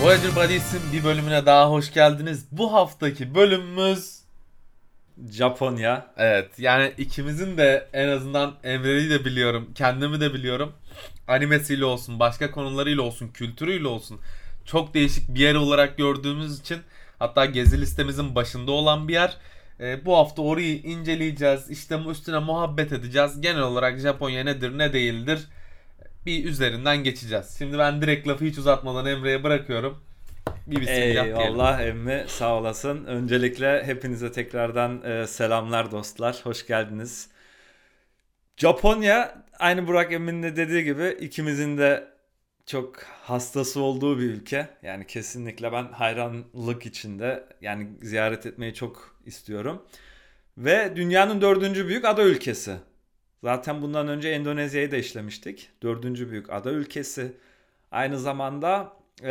Voyager Bodies'in bir bölümüne daha hoş geldiniz. Bu haftaki bölümümüz Japonya. evet, yani ikimizin de en azından Emre'yi de biliyorum, kendimi de biliyorum. Animesiyle olsun, başka konularıyla olsun, kültürüyle olsun çok değişik bir yer olarak gördüğümüz için, hatta gezi listemizin başında olan bir yer. Bu hafta orayı inceleyeceğiz. İşte üstüne muhabbet edeceğiz. Genel olarak Japonya nedir, ne değildir bir üzerinden geçeceğiz. Şimdi ben direkt lafı hiç uzatmadan Emre'ye bırakıyorum. Bir bismillah diyelim. Eyvallah emmi, sağ olasın. Öncelikle hepinize tekrardan selamlar dostlar. Hoş geldiniz. Japonya, aynı Burak emmin de dediği gibi ikimizin de çok hastası olduğu bir ülke. Yani kesinlikle ben hayranlık içinde, yani ziyaret etmeyi çok istiyorum. Ve dünyanın dördüncü büyük ada ülkesi. Zaten bundan önce Endonezya'yı da işlemiştik. Dördüncü büyük ada ülkesi. Aynı zamanda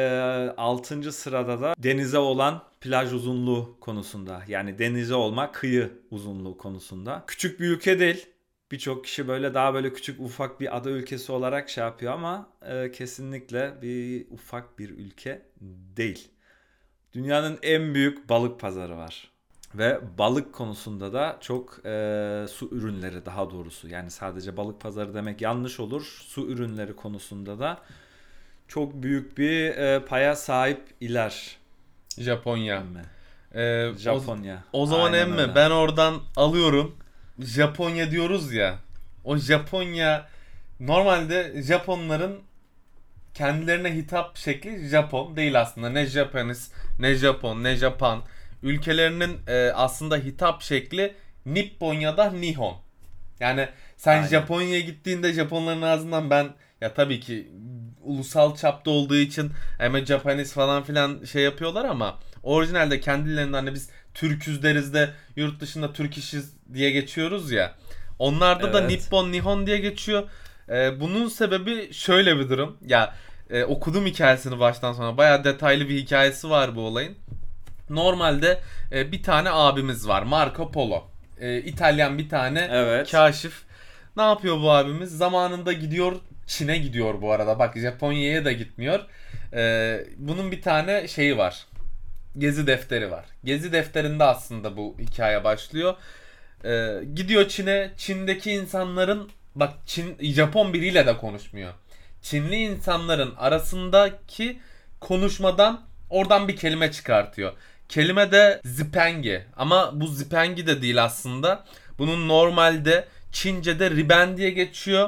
6. sırada da denize olan plaj uzunluğu konusunda. Yani denize olma kıyı uzunluğu konusunda. Küçük bir ülke değil. Birçok kişi böyle daha böyle küçük ufak bir ada ülkesi olarak şey yapıyor ama kesinlikle bir ufak bir ülke değil. Dünyanın en büyük balık pazarı var. Ve balık konusunda da çok su ürünleri, daha doğrusu. Yani sadece balık pazarı demek yanlış olur. Su ürünleri konusunda da çok büyük bir paya sahip iler. Japonya. Emme. Ee, Japonya. o zaman Aynen emmi öyle. ben oradan alıyorum. Japonya diyoruz ya. O Japonya, normalde Japonların kendilerine hitap şekli Japon değil aslında. Ne Japanese, ne Japon, ne Japan. Ülkelerinin aslında hitap şekli Nippon ya da Nihon. Yani sen Aynen. Japonya'ya gittiğinde Japonların ağzından ben, ya tabii ki ulusal çapta olduğu için ama Japanese falan filan şey yapıyorlar ama orijinalde kendilerinden hani biz Türküz deriz de yurt dışında Türk işiz diye geçiyoruz ya. Onlarda da Evet. Nippon Nihon diye geçiyor. Bunun sebebi şöyle bir durum. Ya okudum hikayesini baştan sona. Bayağı detaylı bir hikayesi var bu olayın. Normalde bir tane abimiz var, Marco Polo. İtalyan bir tane Evet. kaşif. Ne yapıyor bu abimiz? Zamanında gidiyor, Çin'e gidiyor bu arada. Bak, Japonya'ya da gitmiyor. Bunun bir tane şeyi var. Gezi defteri var. Gezi defterinde aslında bu hikaye başlıyor. Gidiyor Çin'e. Çin'deki insanların, bak, Japon biriyle de konuşmuyor. Çinli insanların arasındaki konuşmadan oradan bir kelime çıkartıyor. Kelime de zipengi. Ama bu zipengi de değil aslında. Bunun normalde Çince'de riben diye geçiyor.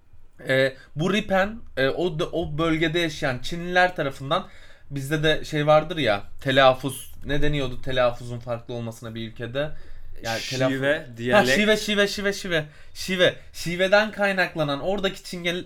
Bu ripen o bölgede yaşayan Çinliler tarafından, bizde de şey vardır ya, telaffuz, ne deniyordu telaffuzun farklı olmasına bir ülkede? Yani telaffuz. Şive, Ha, diyalekt. şiveden kaynaklanan oradaki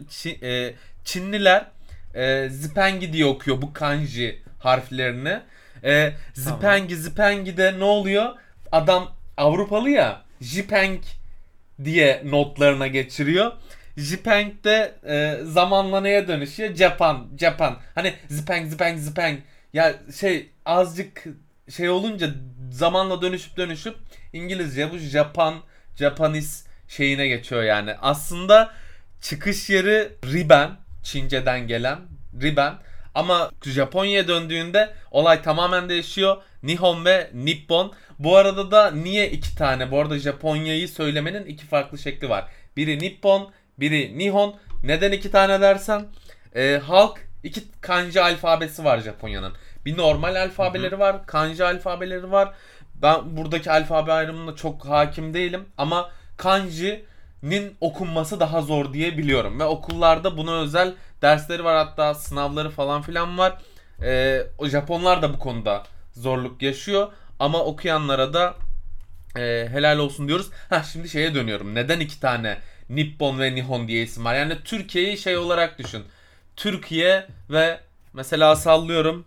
Çinliler zipengi diye okuyor bu kanji harflerini. Tamam. Zipengi de ne oluyor? Adam Avrupalı ya, Jipeng diye notlarına geçiriyor. Jipeng de zamanla neye dönüşüyor? Japan. Hani Zipeng. Ya şey, azıcık şey olunca zamanla dönüşüp İngilizce bu Japanese şeyine geçiyor yani. Aslında çıkış yeri Riben, Çince'den gelen Riben, ama Japonya'ya döndüğünde olay tamamen değişiyor. Nihon ve Nippon. Bu arada da niye iki tane? Bu arada Japonya'yı söylemenin iki farklı şekli var. Biri Nippon, biri Nihon. Neden iki tane dersen? Halk iki kanji alfabesi var Japonya'nın. Bir normal Hı hı. alfabeleri var, kanji alfabeleri var. Ben buradaki alfabe ayrımına çok hakim değilim ama kanji'nin okunması daha zor diye biliyorum ve okullarda buna özel dersleri var, hatta sınavları falan filan var. O Japonlar da bu konuda zorluk yaşıyor ama okuyanlara da helal olsun diyoruz. Ha, şimdi şeye dönüyorum. Neden iki tane Nippon ve Nihon diye isim var? Yani Türkiye'yi şey olarak düşün. Türkiye ve mesela sallıyorum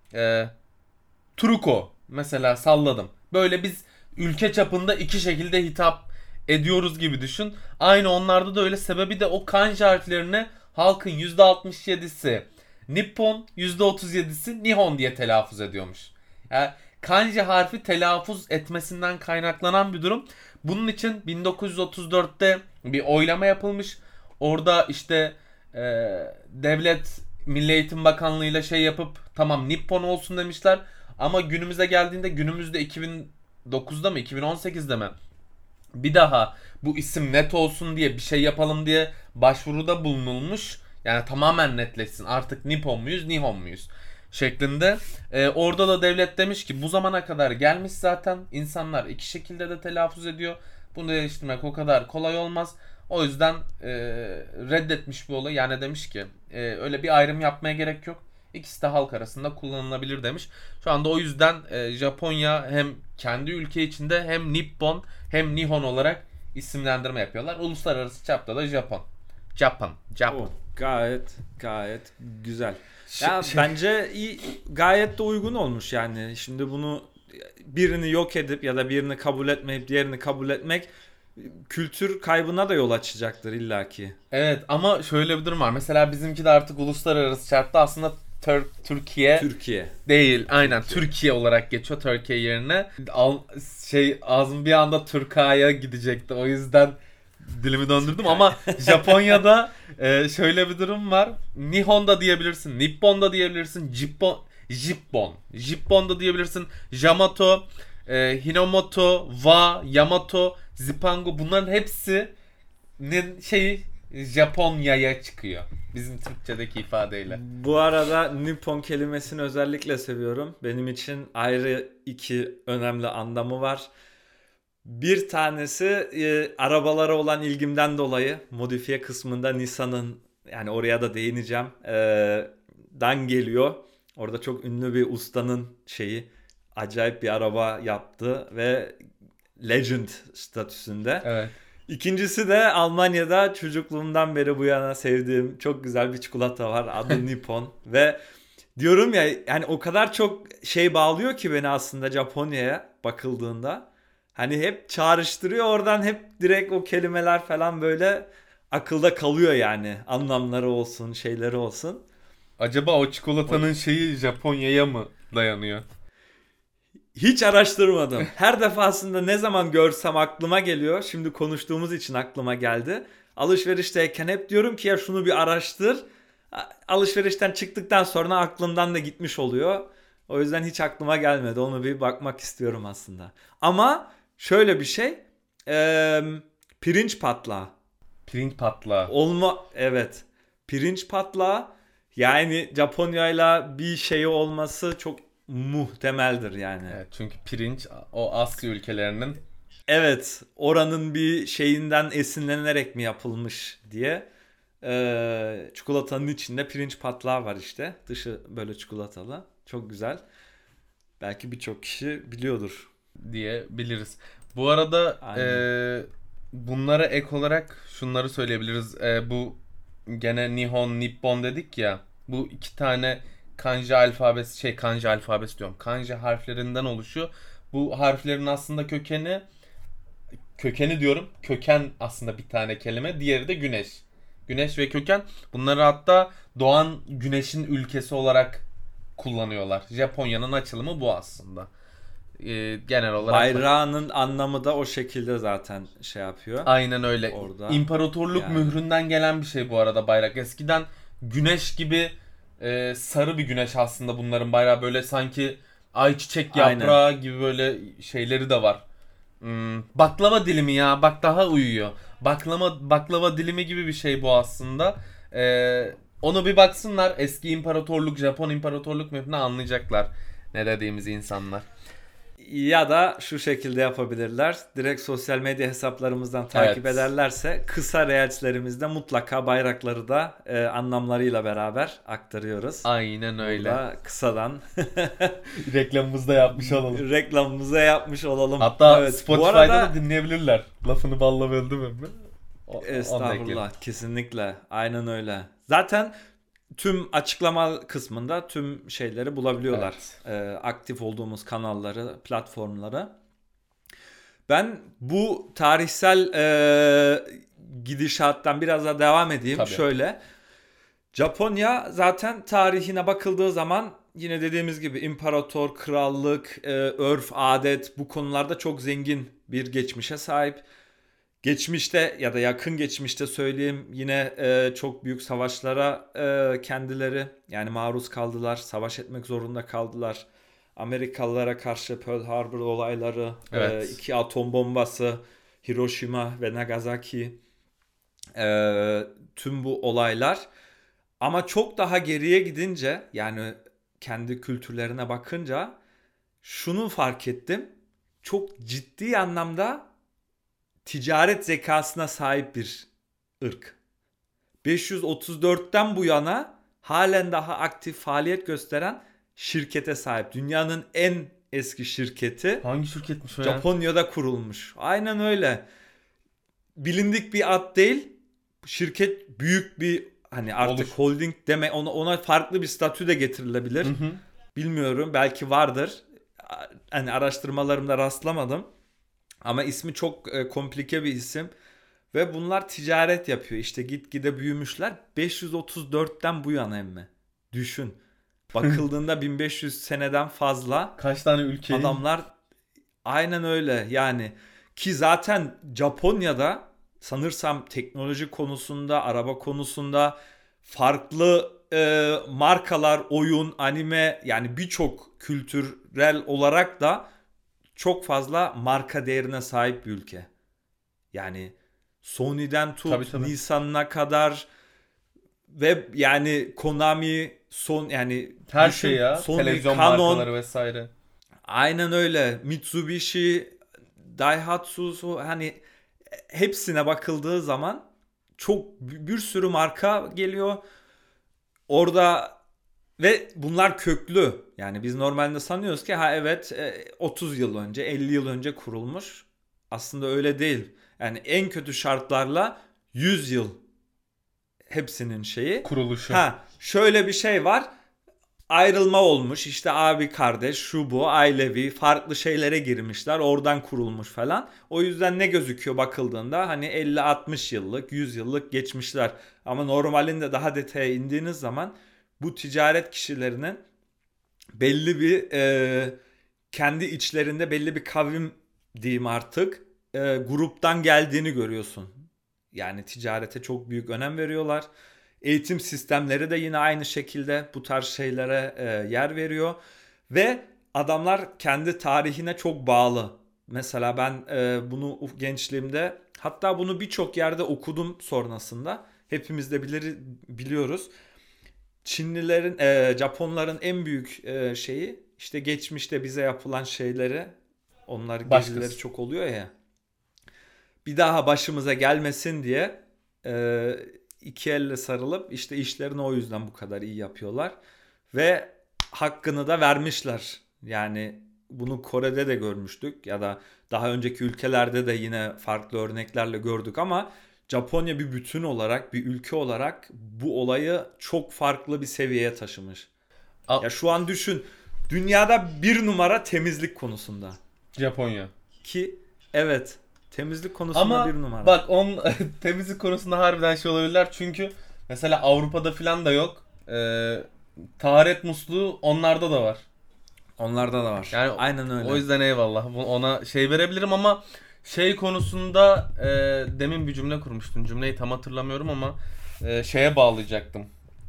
Truko, mesela salladım. Böyle biz ülke çapında iki şekilde hitap ediyoruz gibi düşün. Aynı onlarda da öyle. Sebebi de o kanji harflerini halkın %67'si Nippon, %37'si Nihon diye telaffuz ediyormuş. Yani kanji harfi telaffuz etmesinden kaynaklanan bir durum. Bunun için 1934'te bir oylama yapılmış. Orada işte devlet Milli Eğitim Bakanlığı'yla şey yapıp tamam Nippon olsun demişler. Ama günümüze geldiğinde günümüzde 2009'da mı 2018'de mi bir daha bu isim net olsun diye bir şey yapalım diye başvuruda bulunulmuş. Yani tamamen netleşsin. Artık Nippon muyuz, Nihon muyuz şeklinde. Orada da devlet demiş ki bu zamana kadar gelmiş zaten. İnsanlar iki şekilde de telaffuz ediyor. Bunu değiştirmek o kadar kolay olmaz. O yüzden reddetmiş bu olayı. Yani demiş ki öyle bir ayrım yapmaya gerek yok. İkisi de halk arasında kullanılabilir demiş. Şu anda o yüzden Japonya hem kendi ülke içinde hem Nippon hem Nihon olarak isimlendirme yapıyorlar. Uluslararası çapta da Japon. Japan. Oh, gayet güzel. Ya bence iyi, gayet de uygun olmuş yani. Şimdi bunu birini yok edip ya da birini kabul etmeyip diğerini kabul etmek kültür kaybına da yol açacaktır illaki. Evet ama şöyle bir durum var. Mesela bizimki de artık uluslararası çapta aslında Türkiye değil. Aynen Türkiye olarak geçiyor Türkiye yerine. Ağzım bir anda Türkiye'ye gidecekti. O yüzden dilimi döndürdüm ama Japonya'da şöyle bir durum var. Nihon da diyebilirsin, Nippon da diyebilirsin, Jippon da diyebilirsin, Yamato, Hinomoto, Yamato, Zipango bunların hepsinin şeyi Japonya'ya çıkıyor. Bizim Türkçedeki ifadeyle. Bu arada Nippon kelimesini özellikle seviyorum. Benim için ayrı iki önemli anlamı var. Bir tanesi arabalara olan ilgimden dolayı modifiye kısmında Nissan'ın yani oraya da değineceğim dan geliyor. Orada çok ünlü bir ustanın acayip bir araba yaptı ve legend statüsünde. Evet. İkincisi de Almanya'da çocukluğumdan beri bu yana sevdiğim çok güzel bir çikolata var. Adı Nippon ve diyorum ya yani o kadar çok bağlıyor ki beni aslında Japonya'ya bakıldığında. Hani hep çağrıştırıyor oradan hep direkt o kelimeler falan böyle akılda kalıyor yani. Anlamları olsun, şeyleri olsun. Acaba o çikolatanın şeyi Japonya'ya mı dayanıyor? Hiç araştırmadım. Her defasında ne zaman görsem aklıma geliyor. Şimdi konuştuğumuz için aklıma geldi. Alışverişteyken hep diyorum ki ya şunu bir araştır. Alışverişten çıktıktan sonra aklımdan da gitmiş oluyor. O yüzden hiç aklıma gelmedi. Onu bir bakmak istiyorum aslında. Ama şöyle bir şey. Pirinç patlağı. Pirinç patlağı. Evet. Pirinç patlağı. Yani Japonya'yla bir şeyi olması çok muhtemeldir yani. Evet, çünkü pirinç o Asya ülkelerinin evet oranın bir şeyinden esinlenerek mi yapılmış diye çikolatanın içinde pirinç patlağı var işte. Dışı böyle çikolatalı. Çok güzel. Belki birçok kişi biliyordur. Diyebiliriz. Bu arada bunlara ek olarak şunları söyleyebiliriz. Bu gene Nihon, Nippon dedik ya. Bu iki tane kanji alfabesi diyorum. Kanji harflerinden oluşuyor. Bu harflerin aslında kökeni diyorum. Köken aslında bir tane kelime. Diğeri de güneş. Güneş ve köken. Bunları hatta doğan güneşin ülkesi olarak kullanıyorlar. Japonya'nın açılımı bu aslında. Genel olarak. Bayrağının anlamı da o şekilde zaten yapıyor. Aynen öyle. Orada. İmparatorluk mühründen gelen bir şey bu arada bayrak. Eskiden güneş gibi sarı bir güneş aslında bunların bayrağı böyle sanki ayçiçek yaprağı aynen. Gibi böyle şeyleri de var. Baklava dilimi ya bak daha uyuyor. Baklava dilimi gibi bir şey bu aslında. Onu bir baksınlar eski imparatorluk Japon imparatorluk mührünü anlayacaklar ne dediğimizi insanlar. Ya da şu şekilde yapabilirler. Direkt sosyal medya hesaplarımızdan takip ederlerse kısa reelslerimizde mutlaka bayrakları da anlamlarıyla beraber aktarıyoruz. Aynen öyle. Burada kısadan reklamımızı da yapmış olalım. Hatta Spotify'da da dinleyebilirler. Lafını balla böldüm mi? Estağfurullah. Kesinlikle. Aynen öyle. Zaten tüm açıklama kısmında tüm şeyleri bulabiliyorlar. Evet. Aktif olduğumuz kanalları, platformları. Ben bu tarihsel gidişattan biraz daha devam edeyim. Tabii. Şöyle. Japonya zaten tarihine bakıldığı zaman yine dediğimiz gibi imparator, krallık, örf, adet bu konularda çok zengin bir geçmişe sahip. Geçmişte ya da yakın geçmişte söyleyeyim yine çok büyük savaşlara kendileri yani maruz kaldılar. Savaş etmek zorunda kaldılar. Amerikalılara karşı Pearl Harbor olayları, Evet. 2 atom bombası, Hiroşima ve Nagasaki, tüm bu olaylar. Ama çok daha geriye gidince yani kendi kültürlerine bakınca şunu fark ettim. Çok ciddi anlamda ticaret zekasına sahip bir ırk. 534'ten bu yana halen daha aktif faaliyet gösteren şirkete sahip. Dünyanın en eski şirketi Hangi şirketmiş o ya? Japonya'da kurulmuş. Aynen öyle. Bilindik bir ad değil. Şirket büyük bir hani artık Olur. holding deme ona farklı bir statü de getirilebilir. Hı hı. Bilmiyorum, belki vardır. Hani araştırmalarımda rastlamadım. Ama ismi çok komplike bir isim. Ve bunlar ticaret yapıyor. İşte gitgide büyümüşler. 534'ten bu yana emmi. Düşün. Bakıldığında 1500 seneden fazla Kaç tane ülkeyi? adamlar aynen öyle yani. Ki zaten Japonya'da sanırsam teknoloji konusunda, araba konusunda farklı markalar, oyun, anime yani birçok kültürel olarak da çok fazla marka değerine sahip bir ülke. Yani Sony'den tut, Tabii. Nissan'a kadar ve yani Konami, yani Her düşün, şey ya. Sony, Televizyon Canon, markaları vesaire. aynen öyle. Mitsubishi, Daihatsu, hani hepsine bakıldığı zaman çok bir sürü marka geliyor. Orada ve bunlar köklü. Yani biz normalde sanıyoruz ki ha evet 30 yıl önce, 50 yıl önce kurulmuş. Aslında öyle değil. Yani en kötü şartlarla 100 yıl hepsinin şeyi. Kuruluşu. Ha şöyle bir şey var. Ayrılma olmuş, işte abi kardeş şu bu ailevi farklı şeylere girmişler, oradan kurulmuş falan. O yüzden ne gözüküyor bakıldığında hani 50-60 yıllık 100 yıllık geçmişler. Ama normalinde daha detaya indiğiniz zaman bu ticaret kişilerinin belli bir kendi içlerinde belli bir kavim diyeyim artık gruptan geldiğini görüyorsun. Yani ticarete çok büyük önem veriyorlar. Eğitim sistemleri de yine aynı şekilde bu tarz şeylere yer veriyor. Ve adamlar kendi tarihine çok bağlı. Mesela ben bunu gençliğimde, hatta bunu birçok yerde okudum sonrasında. Hepimiz de biliyoruz. Çinlilerin, Japonların en büyük şeyi işte geçmişte bize yapılan şeyleri, onlar gezileri Başkası. çok oluyor ya. Bir daha başımıza gelmesin diye iki elle sarılıp işte işlerini o yüzden bu kadar iyi yapıyorlar. Ve hakkını da vermişler. Yani bunu Kore'de de görmüştük ya da daha önceki ülkelerde de yine farklı örneklerle gördük ama Japonya bir bütün olarak, bir ülke olarak bu olayı çok farklı bir seviyeye taşımış. A- Ya şu an düşün, dünyada bir numara temizlik konusunda. Japonya. Ki evet, temizlik konusunda Ama bir numara. bak temizlik konusunda harbiden şey olabilirler. Çünkü mesela Avrupa'da falan da yok. Taharet musluğu onlarda da var. Onlarda da var. Yani Aynen öyle. o yüzden eyvallah. Ona şey verebilirim ama şey konusunda demin bir cümle kurmuştum. Cümleyi tam hatırlamıyorum ama şeye bağlayacaktım.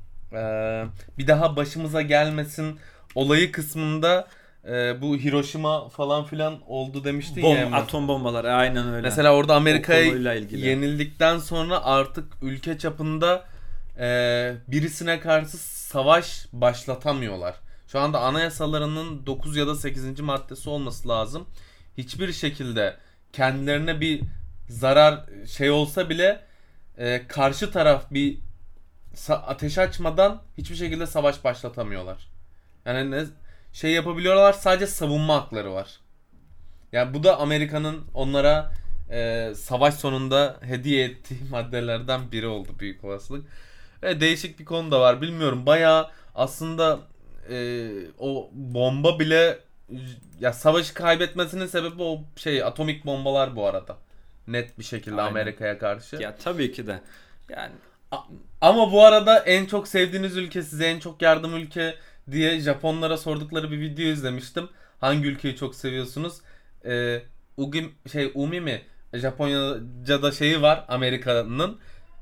Bir daha başımıza gelmesin olayı kısmında bu Hiroşima falan filan oldu demiştin ya Emre. Atom bombaları aynen öyle. Mesela orada Amerika'ya konuyla ilgili. yenildikten sonra artık ülke çapında birisine karşı savaş başlatamıyorlar. Şu anda anayasalarının 9 ya da 8. maddesi olması lazım. Hiçbir şekilde kendilerine bir zarar şey olsa bile karşı taraf bir ateş açmadan hiçbir şekilde savaş başlatamıyorlar. Yani ne şey yapabiliyorlar, sadece savunma hakları var. Yani bu da Amerika'nın onlara savaş sonunda hediye ettiği maddelerden biri oldu büyük olasılık. Değişik bir konu da var. Bilmiyorum. Bayağı aslında o bomba bile ya savaşı kaybetmesinin sebebi o şey atomik bombalar bu arada. Net bir şekilde Aynen. Amerika'ya karşı. Ya tabii ki de. Yani Ama bu arada en çok sevdiğiniz ülke, size en çok yardım ülke diye Japonlara sordukları bir video izlemiştim. Hangi ülkeyi çok seviyorsunuz? Umi mi? Japonya'da şeyi var, Amerika'nın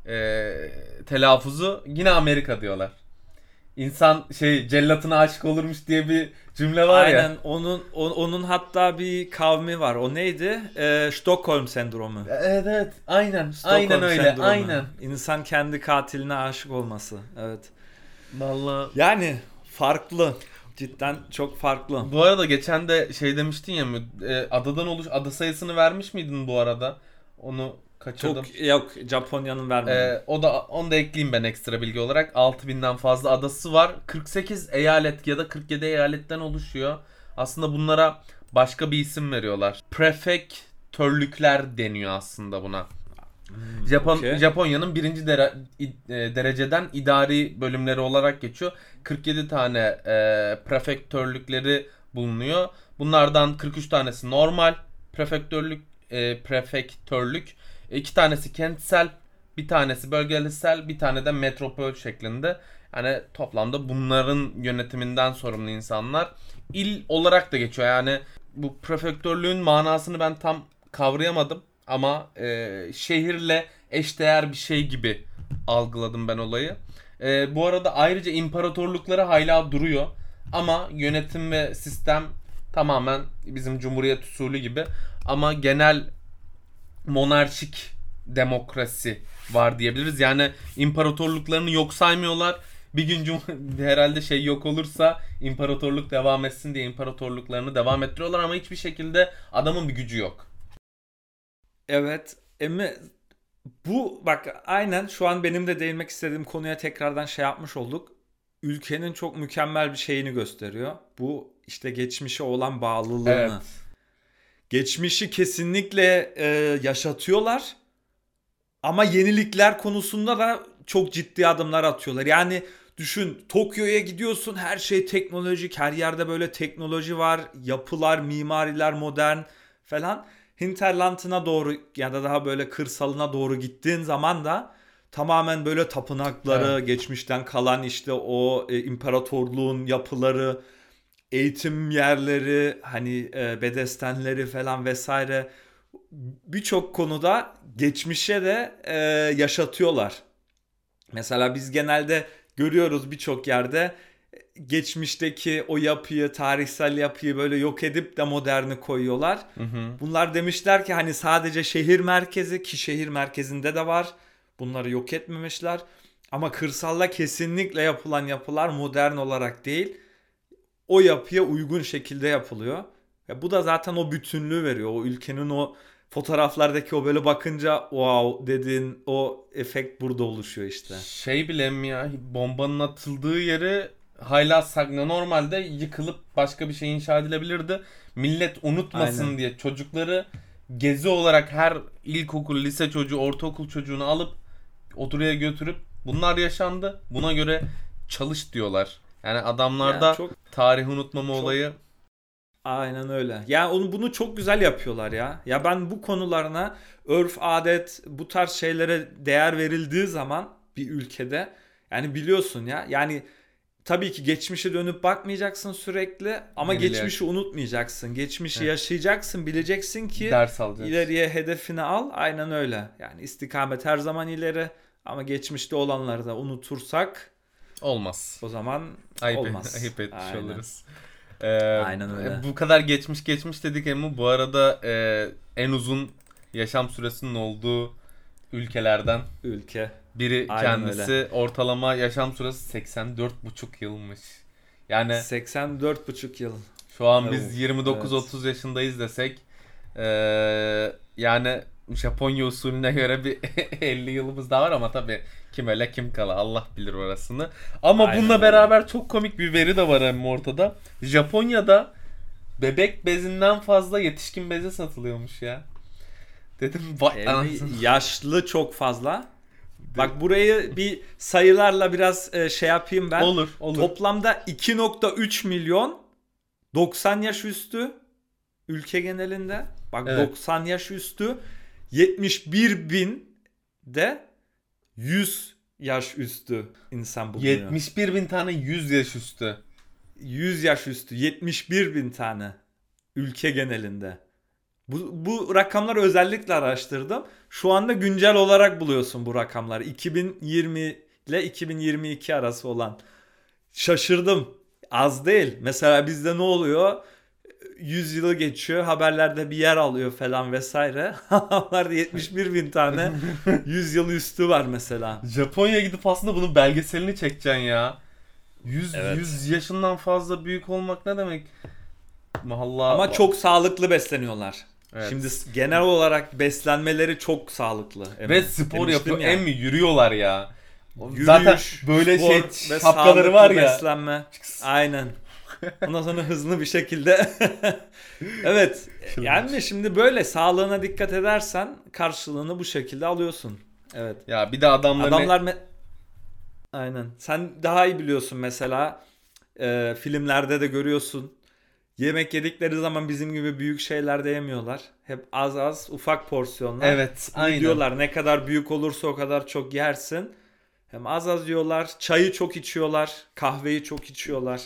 telaffuzu yine Amerika diyorlar. İnsan cellatına aşık olurmuş diye bir cümle var ya. Aynen, onun hatta bir kavmi var. O neydi? Stockholm sendromu. Evet evet, aynen Stockholm aynen öyle, sendromu. aynen. İnsan kendi katiline aşık olması. Evet. Vallahi. Yani farklı. Cidden çok farklı. Bu arada geçen de demiştin ya, ada sayısını vermiş miydin bu arada? Onu kaçırdım. Çok yok, Japonya'nın vermedi. Onu da ekleyeyim ben ekstra bilgi olarak. 6000'den fazla adası var. 48 eyalet ya da 47 eyaletten oluşuyor. Aslında bunlara başka bir isim veriyorlar. Prefektörlükler deniyor aslında buna. Okay. Japonya'nın birinci dereceden idari bölümleri olarak geçiyor. 47 tane prefektörlükleri bulunuyor. Bunlardan 43 tanesi normal prefektörlük, 2 tanesi kentsel, bir tanesi bölgesel, bir tane de metropol şeklinde. Yani toplamda bunların yönetiminden sorumlu insanlar. İl olarak da geçiyor. Yani bu prefektörlüğün manasını ben tam kavrayamadım. Ama şehirle eşdeğer bir şey gibi algıladım ben olayı. Bu arada ayrıca imparatorlukları hala duruyor. Ama yönetim ve sistem tamamen bizim cumhuriyet usulü gibi. Ama genel monarşik demokrasi var diyebiliriz. Yani imparatorluklarını yok saymıyorlar. Bir gün herhalde yok olursa imparatorluk devam etsin diye imparatorluklarını devam ettiriyorlar ama hiçbir şekilde adamın bir gücü yok. Evet. Bu bak, aynen şu an benim de değinmek istediğim konuya tekrardan yapmış olduk. Ülkenin çok mükemmel bir şeyini gösteriyor. Bu işte geçmişe olan bağlılığını. Evet. Geçmişi kesinlikle yaşatıyorlar. Ama yenilikler konusunda da çok ciddi adımlar atıyorlar. Yani düşün, Tokyo'ya gidiyorsun, her şey teknolojik, her yerde böyle teknoloji var. Yapılar, mimariler modern falan. Hinterland'ına doğru ya da daha böyle kırsalına doğru gittiğin zaman da tamamen böyle tapınakları, Evet. geçmişten kalan işte o imparatorluğun yapıları, eğitim yerleri, hani bedestenleri falan vesaire, birçok konuda geçmişe de yaşatıyorlar. Mesela biz genelde görüyoruz birçok yerde geçmişteki o yapıyı, tarihsel yapıyı böyle yok edip de moderni koyuyorlar. Hı hı. Bunlar demişler ki hani sadece şehir merkezi, ki şehir merkezinde de var. Bunları yok etmemişler. Ama kırsalda kesinlikle yapılan yapılar modern olarak değil, o yapıya uygun şekilde yapılıyor. Bu da zaten o bütünlüğü veriyor. O ülkenin o fotoğraflardaki o böyle bakınca wow dediğin o efekt burada oluşuyor işte. Bile mi ya, bombanın atıldığı yeri hala normalde yıkılıp başka bir şey inşa edilebilirdi. Millet unutmasın Aynen. diye çocukları gezi olarak her ilkokul, lise çocuğu, ortaokul çocuğunu alıp oraya götürüp bunlar yaşandı, buna göre çalış diyorlar. Yani adamlarda Yani çok tarih unutmama çok olayı. aynen öyle. Yani bunu çok güzel yapıyorlar ya. Ya ben bu konularına, örf, adet, bu tarz şeylere değer verildiği zaman bir ülkede, yani biliyorsun ya. Yani tabii ki geçmişe dönüp bakmayacaksın sürekli ama Yeniliğe geçmişi unutmayacaksın. Geçmişi Heh. yaşayacaksın, bileceksin ki Ders alacağız. ileriye hedefini al. Aynen öyle. Yani istikamet her zaman ileri, ama geçmişte olanları da unutursak Olmaz. o zaman olmaz. Ayıp etmiş Aynen. oluruz. Aynen öyle. Bu kadar geçmiş dedik ama bu arada en uzun yaşam süresinin olduğu ülkelerden Ülke. biri Aynen kendisi. öyle. Ortalama yaşam süresi 84,5 yılmış. Yani 84,5 yıl. şu an Evet. biz 29-30 yaşındayız desek yani Japonya usulüne göre bir 50 yılımız daha var ama tabii kim öyle kim kala, Allah bilir orasını. Ama Aynen bununla öyle. beraber çok komik bir veri de var hem ortada. Japonya'da bebek bezinden fazla yetişkin bezi satılıyormuş ya. Dedim vay anasını. Yaşlı çok fazla. Bak, burayı bir sayılarla biraz yapayım ben. Olur. Toplamda 2,3 milyon 90 yaş üstü ülke genelinde. Bak, Evet. 90 yaş üstü, 71 bin de 100 yaş üstü insan bulunuyor. 71 bin tane 100 yaş üstü. 100 yaş üstü 71 bin tane ülke genelinde. Bu rakamları özellikle araştırdım. Şu anda güncel olarak buluyorsun bu rakamları. 2020 ile 2022 arası olan. Şaşırdım. Az değil. Mesela bizde ne oluyor? 100 yılı geçiyor. Haberlerde bir yer alıyor falan vesaire. Onlar 71 bin tane 100 yıl üstü var mesela. Japonya'ya gidip aslında bunun belgeselini çekeceksin ya. 100, Evet. 100 yaşından fazla büyük olmak ne demek? Allah. Ama çok sağlıklı besleniyorlar. Evet. Şimdi genel olarak beslenmeleri çok sağlıklı. Ve spor Demiştim yapıyor. ya. Emmi yürüyorlar ya. Yürüyüş, Zaten böyle spor şey ve şapkaları sağlıklı var ya. beslenme. Aynen. Ondan sonra hızlı bir şekilde. Evet. Yani şimdi böyle sağlığına dikkat edersen karşılığını bu şekilde alıyorsun. Evet. Ya bir de Adamlar aynen. Sen daha iyi biliyorsun mesela. Filmlerde de görüyorsun. Yemek yedikleri zaman bizim gibi büyük şeyler de yemiyorlar. Hep az az ufak porsiyonlar. Evet, aynen. Diyorlar ne kadar büyük olursa o kadar çok yersin. Hem az az yiyorlar. Çayı çok içiyorlar. Kahveyi çok içiyorlar.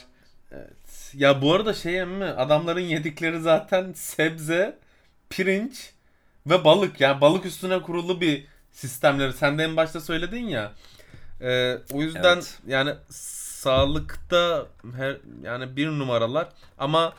Ya bu arada şey emmi, adamların yedikleri zaten sebze, pirinç ve balık. Yani balık üstüne kurulu bir sistemleri. Sen de en başta söyledin ya. O yüzden Evet. yani sağlıkta yani bir numaralar ama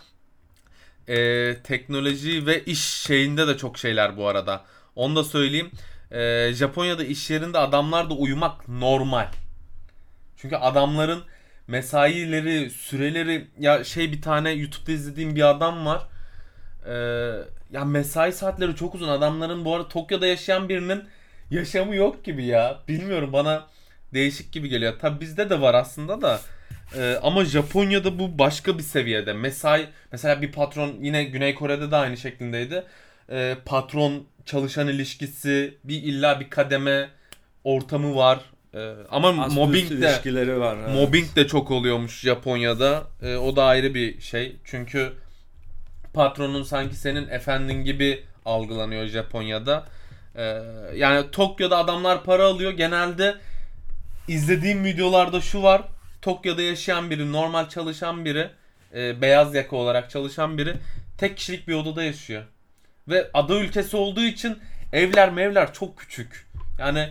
teknoloji ve iş şeyinde de çok şeyler bu arada. Onu da söyleyeyim. Japonya'da iş yerinde adamlar da uyumak normal. Çünkü adamların mesaileri, süreleri, ya şey, bir tane YouTube'da izlediğim bir adam var. Ee, Ya mesai saatleri çok uzun. Adamların, bu arada Tokyo'da yaşayan birinin yaşamı yok gibi ya. Bilmiyorum, bana değişik gibi geliyor. Tabi bizde de var aslında da. Ama Japonya'da bu başka bir seviyede. Mesai, mesela bir patron, yine Güney Kore'de de aynı şeklindeydi. Patron çalışan ilişkisi, illa bir kademe ortamı var. Ama Ast mobbing üst de ilişkileri var. Evet. mobbing de çok oluyormuş Japonya'da. O da ayrı bir şey. Çünkü patronun sanki senin efendin gibi algılanıyor Japonya'da. Yani Tokyo'da adamlar para alıyor. Genelde izlediğim videolarda şu var. Tokyo'da yaşayan biri, normal çalışan biri, beyaz yaka olarak çalışan biri tek kişilik bir odada yaşıyor. Ve ada ülkesi olduğu için evler çok küçük. Yani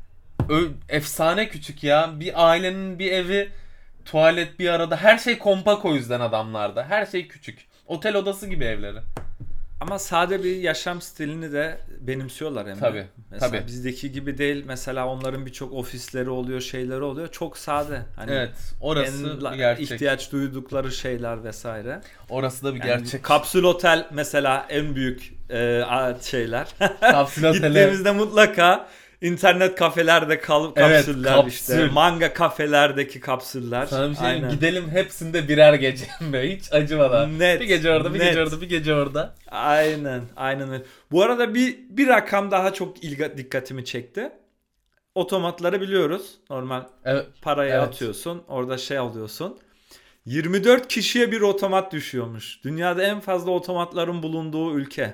efsane küçük ya. Bir ailenin bir evi, tuvalet bir arada. Her şey kompak o yüzden adamlarda. Her şey küçük. Otel odası gibi evleri. Ama sade bir yaşam stilini de benimsiyorlar hem de. Tabii, Mesela tabii. bizdeki gibi değil. Mesela onların birçok ofisleri oluyor, şeyleri oluyor. Çok sade. Hani Evet, orası bir en gerçek. ihtiyaç duydukları şeyler vesaire. Orası da bir Yani gerçek. kapsül otel mesela en büyük şeyler. Kapsül otele. Gittiğimizde mutlaka internet kafelerde kapsüller, kapsül. işte manga kafelerdeki kapsüller. Sana bir şey diyeyim, Aynen. gidelim hepsinde birer gece be, hiç acımadan. Net, Bir gece orada, bir net. gece orada, bir gece orada. Aynen öyle. Bu arada bir rakam daha çok dikkatimi çekti. Otomatları biliyoruz. Normal Evet. parayı Evet. atıyorsun. Orada şey alıyorsun. 24 kişiye bir otomat düşüyormuş. Dünyada en fazla otomatların bulunduğu ülke.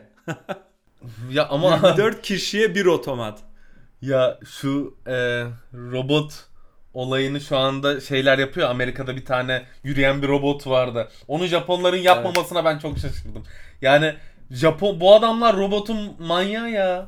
Ya ama 24 kişiye bir otomat. ya şu robot olayını şu anda şeyler yapıyor. Amerika'da bir tane yürüyen bir robot vardı. Onu Japonların yapmamasına ben çok şaşırdım. Yani bu adamlar robotun manyağı ya.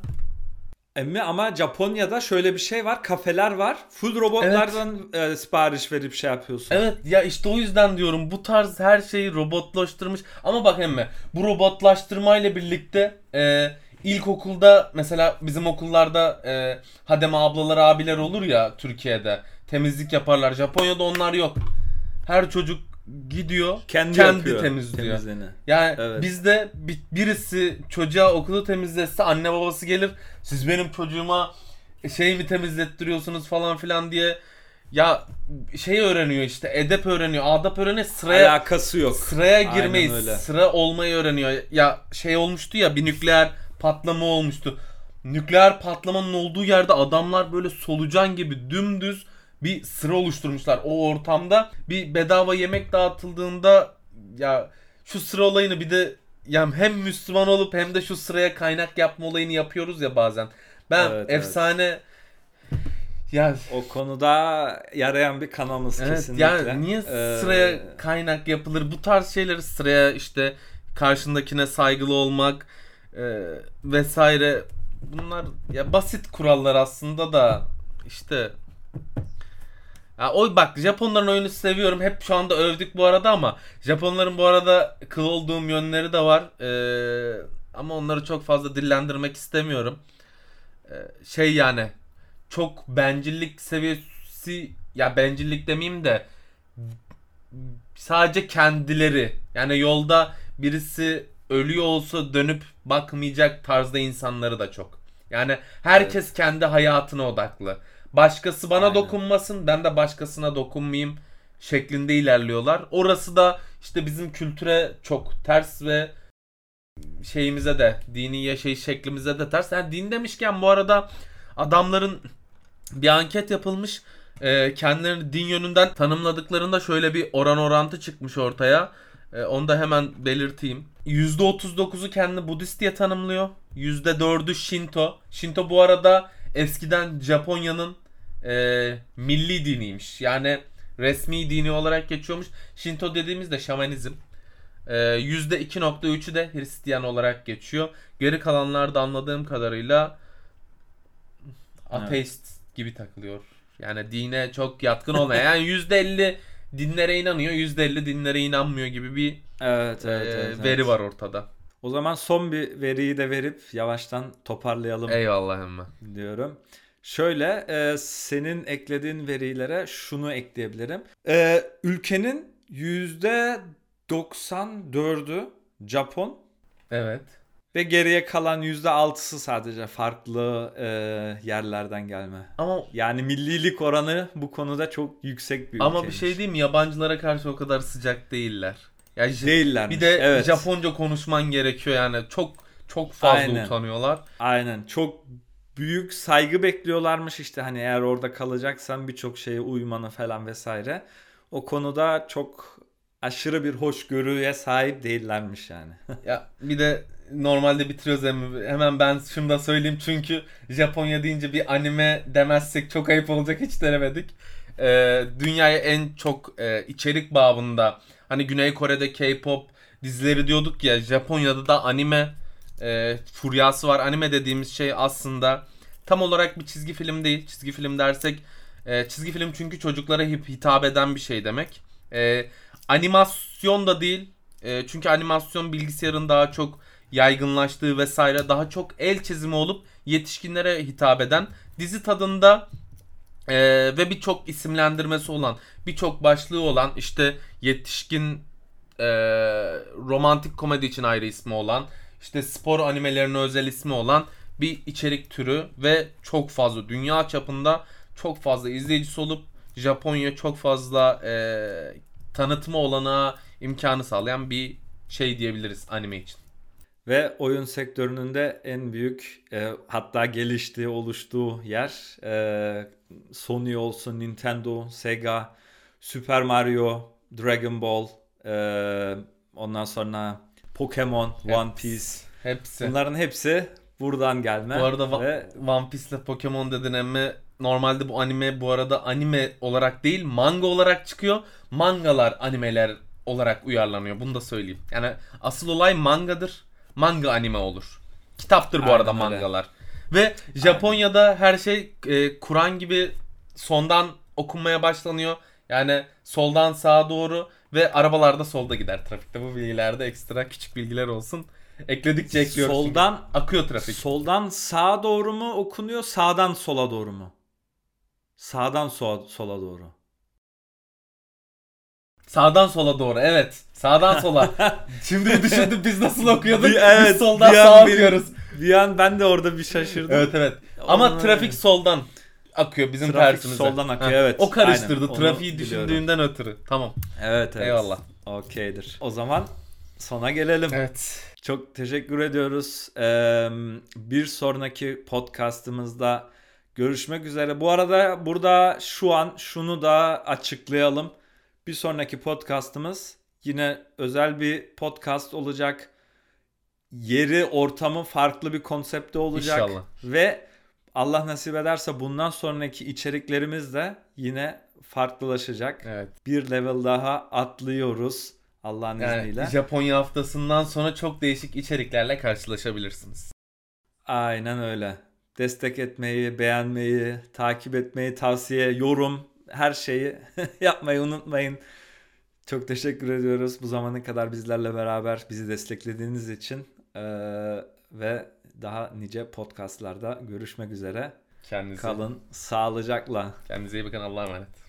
Ama Japonya'da şöyle bir şey var. Kafeler var. Full robotlardan sipariş verip şey yapıyorsun. Evet ya, işte o yüzden diyorum, bu tarz her şeyi robotlaştırmış. Ama bak emme, bu robotlaştırmayla birlikte ilkokulda mesela bizim okullarda hademe ablalar, abiler olur ya Türkiye'de, temizlik yaparlar. Japonya'da onlar yok. Her çocuk gidiyor Kendi temizliyor. temizliğini. Yani Evet. bizde birisi çocuğa okulu temizletse anne babası gelir, siz benim çocuğuma şey mi temizlettiriyorsunuz falan filan diye. Ya şey öğreniyor, işte edep öğreniyor, adap öğreniyor, Alakası yok. sıraya Aynen girmeyi, öyle. sıra olmayı öğreniyor. Ya şey olmuştu ya, bir nükleer patlama olmuştu. Nükleer patlamanın olduğu yerde adamlar böyle solucan gibi dümdüz bir sıra oluşturmuşlar. O ortamda bir bedava yemek dağıtıldığında, ya şu sıra olayını, bir de yani hem Müslüman olup hem de şu sıraya kaynak yapma olayını yapıyoruz ya bazen. Ben Evet, efsane ya, O konuda yarayan bir kanalımız evet, kesinlikle. yani niye sıraya kaynak yapılır? Bu tarz şeyleri, sıraya işte karşındakine saygılı olmak, vesaire. Bunlar ya basit kurallar aslında da işte. Ya bak, Japonların oyunu seviyorum. Hep şu anda övdük bu arada ama Japonların bu arada kıl olduğum yönleri de var. Ama onları çok fazla dillendirmek istemiyorum. Yani çok bencillik seviyesi, ya bencillik demeyeyim de sadece kendileri, yani yolda birisi ölüyor olsa dönüp bakmayacak tarzda insanları da çok. Yani herkes Evet. kendi hayatına odaklı. Başkası bana Aynen. dokunmasın, ben de başkasına dokunmayayım şeklinde ilerliyorlar. Orası da işte bizim kültüre çok ters ve şeyimize de, dini yaşayış şeklimize de ters. Yani din demişken bu arada adamların bir anket yapılmış. Kendilerini din yönünden tanımladıklarında şöyle bir oran orantı çıkmış ortaya. Onu da hemen belirteyim. %39'u kendini Budist diye tanımlıyor. %4'ü Shinto. Shinto bu arada eskiden Japonya'nın milli diniymiş. Yani resmi dini olarak geçiyormuş. Shinto dediğimizde şamanizm. %2.3'ü de Hristiyan olarak geçiyor. Geri kalanlar da anladığım kadarıyla Evet. ateist gibi takılıyor. Yani dine çok yatkın olmayan. Yani %50 dinlere inanıyor, %50 dinlere inanmıyor gibi bir Evet, evet, evet, veri evet. var ortada. O zaman son bir veriyi de verip yavaştan toparlayalım Eyvallah emmi. diyorum. Şöyle, senin eklediğin verilere şunu ekleyebilirim. Ülkenin %94'ü Japon Evet. ve geriye kalan %6'sı sadece farklı yerlerden gelme. Ama Yani millilik oranı bu konuda çok yüksek bir bir şey ülkeymiş. diyeyim mi? Yabancılara karşı o kadar sıcak değiller. Ya bir Değillermiş. de Evet. Japonca konuşman gerekiyor yani. Çok çok fazla Aynen. utanıyorlar. Aynen. Çok büyük saygı bekliyorlarmış işte, hani eğer orada kalacaksan birçok şeye uymanı falan vesaire. O konuda çok aşırı bir hoşgörüye sahip değillermiş yani. Ya bir de normalde bitiriyoruz emmi. Hemen ben şunu da söyleyeyim çünkü Japonya deyince bir anime demezsek çok ayıp olacak, hiç denemedik. Dünyaya en çok içerik babında, hani Güney Kore'de K-pop dizileri diyorduk ya, Japonya'da da anime furyası var. Anime dediğimiz şey aslında tam olarak bir çizgi film değil. Çizgi film dersek çizgi film çünkü çocuklara hitap eden bir şey demek. Animasyon da değil. Çünkü animasyon bilgisayarın daha çok yaygınlaştığı vesaire, daha çok el çizimi olup yetişkinlere hitap eden dizi tadında ve birçok isimlendirmesi olan, birçok başlığı olan, işte yetişkin e, romantik komedi için ayrı ismi olan, işte spor animelerine özel ismi olan bir içerik türü ve çok fazla dünya çapında çok fazla izleyicisi olup Japonya çok fazla tanıtma olanağı imkanı sağlayan bir şey diyebiliriz anime için. Ve oyun sektörünün de en büyük hatta geliştiği, oluştuğu yer, Sony olsun, Nintendo, Sega, Super Mario, Dragon Ball, ondan sonra Pokemon, One Piece. Hepsi. Bunların hepsi buradan gelme. Bu arada ve One Piece ile Pokemon dedin emmi. Normalde bu anime bu arada anime olarak değil, manga olarak çıkıyor. Mangalar animeler olarak uyarlanıyor. Bunu da söyleyeyim. Yani asıl olay mangadır. Manga anime olur. Kitaptır bu arada Aynen öyle. mangalar. Ve Japonya'da her şey Kur'an gibi sondan okunmaya başlanıyor. Yani soldan sağa doğru ve arabalar da solda gider trafikte. Bu bilgilerde ekstra küçük bilgiler olsun. Ekledikçe ekliyoruz. Soldan akıyor trafik. soldan sağa doğru mu okunuyor, sağdan sola doğru mu? Sağdan sola doğru. Sağdan sola doğru, evet. Sağdan sola. Şimdi bir düşündüm, biz nasıl okuyorduk? Evet, Biz soldan bir sağa an okuyoruz. bir an ben de orada bir şaşırdım. Evet. Ama Onu- trafik soldan akıyor bizim Trafik tersimize. soldan akıyor, Ha, evet. o karıştırdı Aynen, onu trafiği biliyorum. düşündüğünden ötürü. Tamam. Evet. Eyvallah. Okeydir. O zaman sona gelelim. Evet. Çok teşekkür ediyoruz. Bir sonraki podcastımızda görüşmek üzere. Bu arada burada şu an şunu da açıklayalım. Bir sonraki podcastımız yine özel bir podcast olacak. Yeri, ortamı farklı bir konsepte olacak. İnşallah. Ve Allah nasip ederse bundan sonraki içeriklerimiz de yine farklılaşacak. Evet. Bir level daha atlıyoruz. Allah'ın Yani izniyle. Japonya haftasından sonra çok değişik içeriklerle karşılaşabilirsiniz. Aynen öyle. Destek etmeyi, beğenmeyi, takip etmeyi, tavsiye, yorum, her şeyi yapmayı unutmayın. Çok teşekkür ediyoruz bu zamana kadar bizlerle beraber bizi desteklediğiniz için. Ve daha nice podcastlarda görüşmek üzere. Kendinize Kalın sağlıcakla. iyi bakın. Allah'a emanet.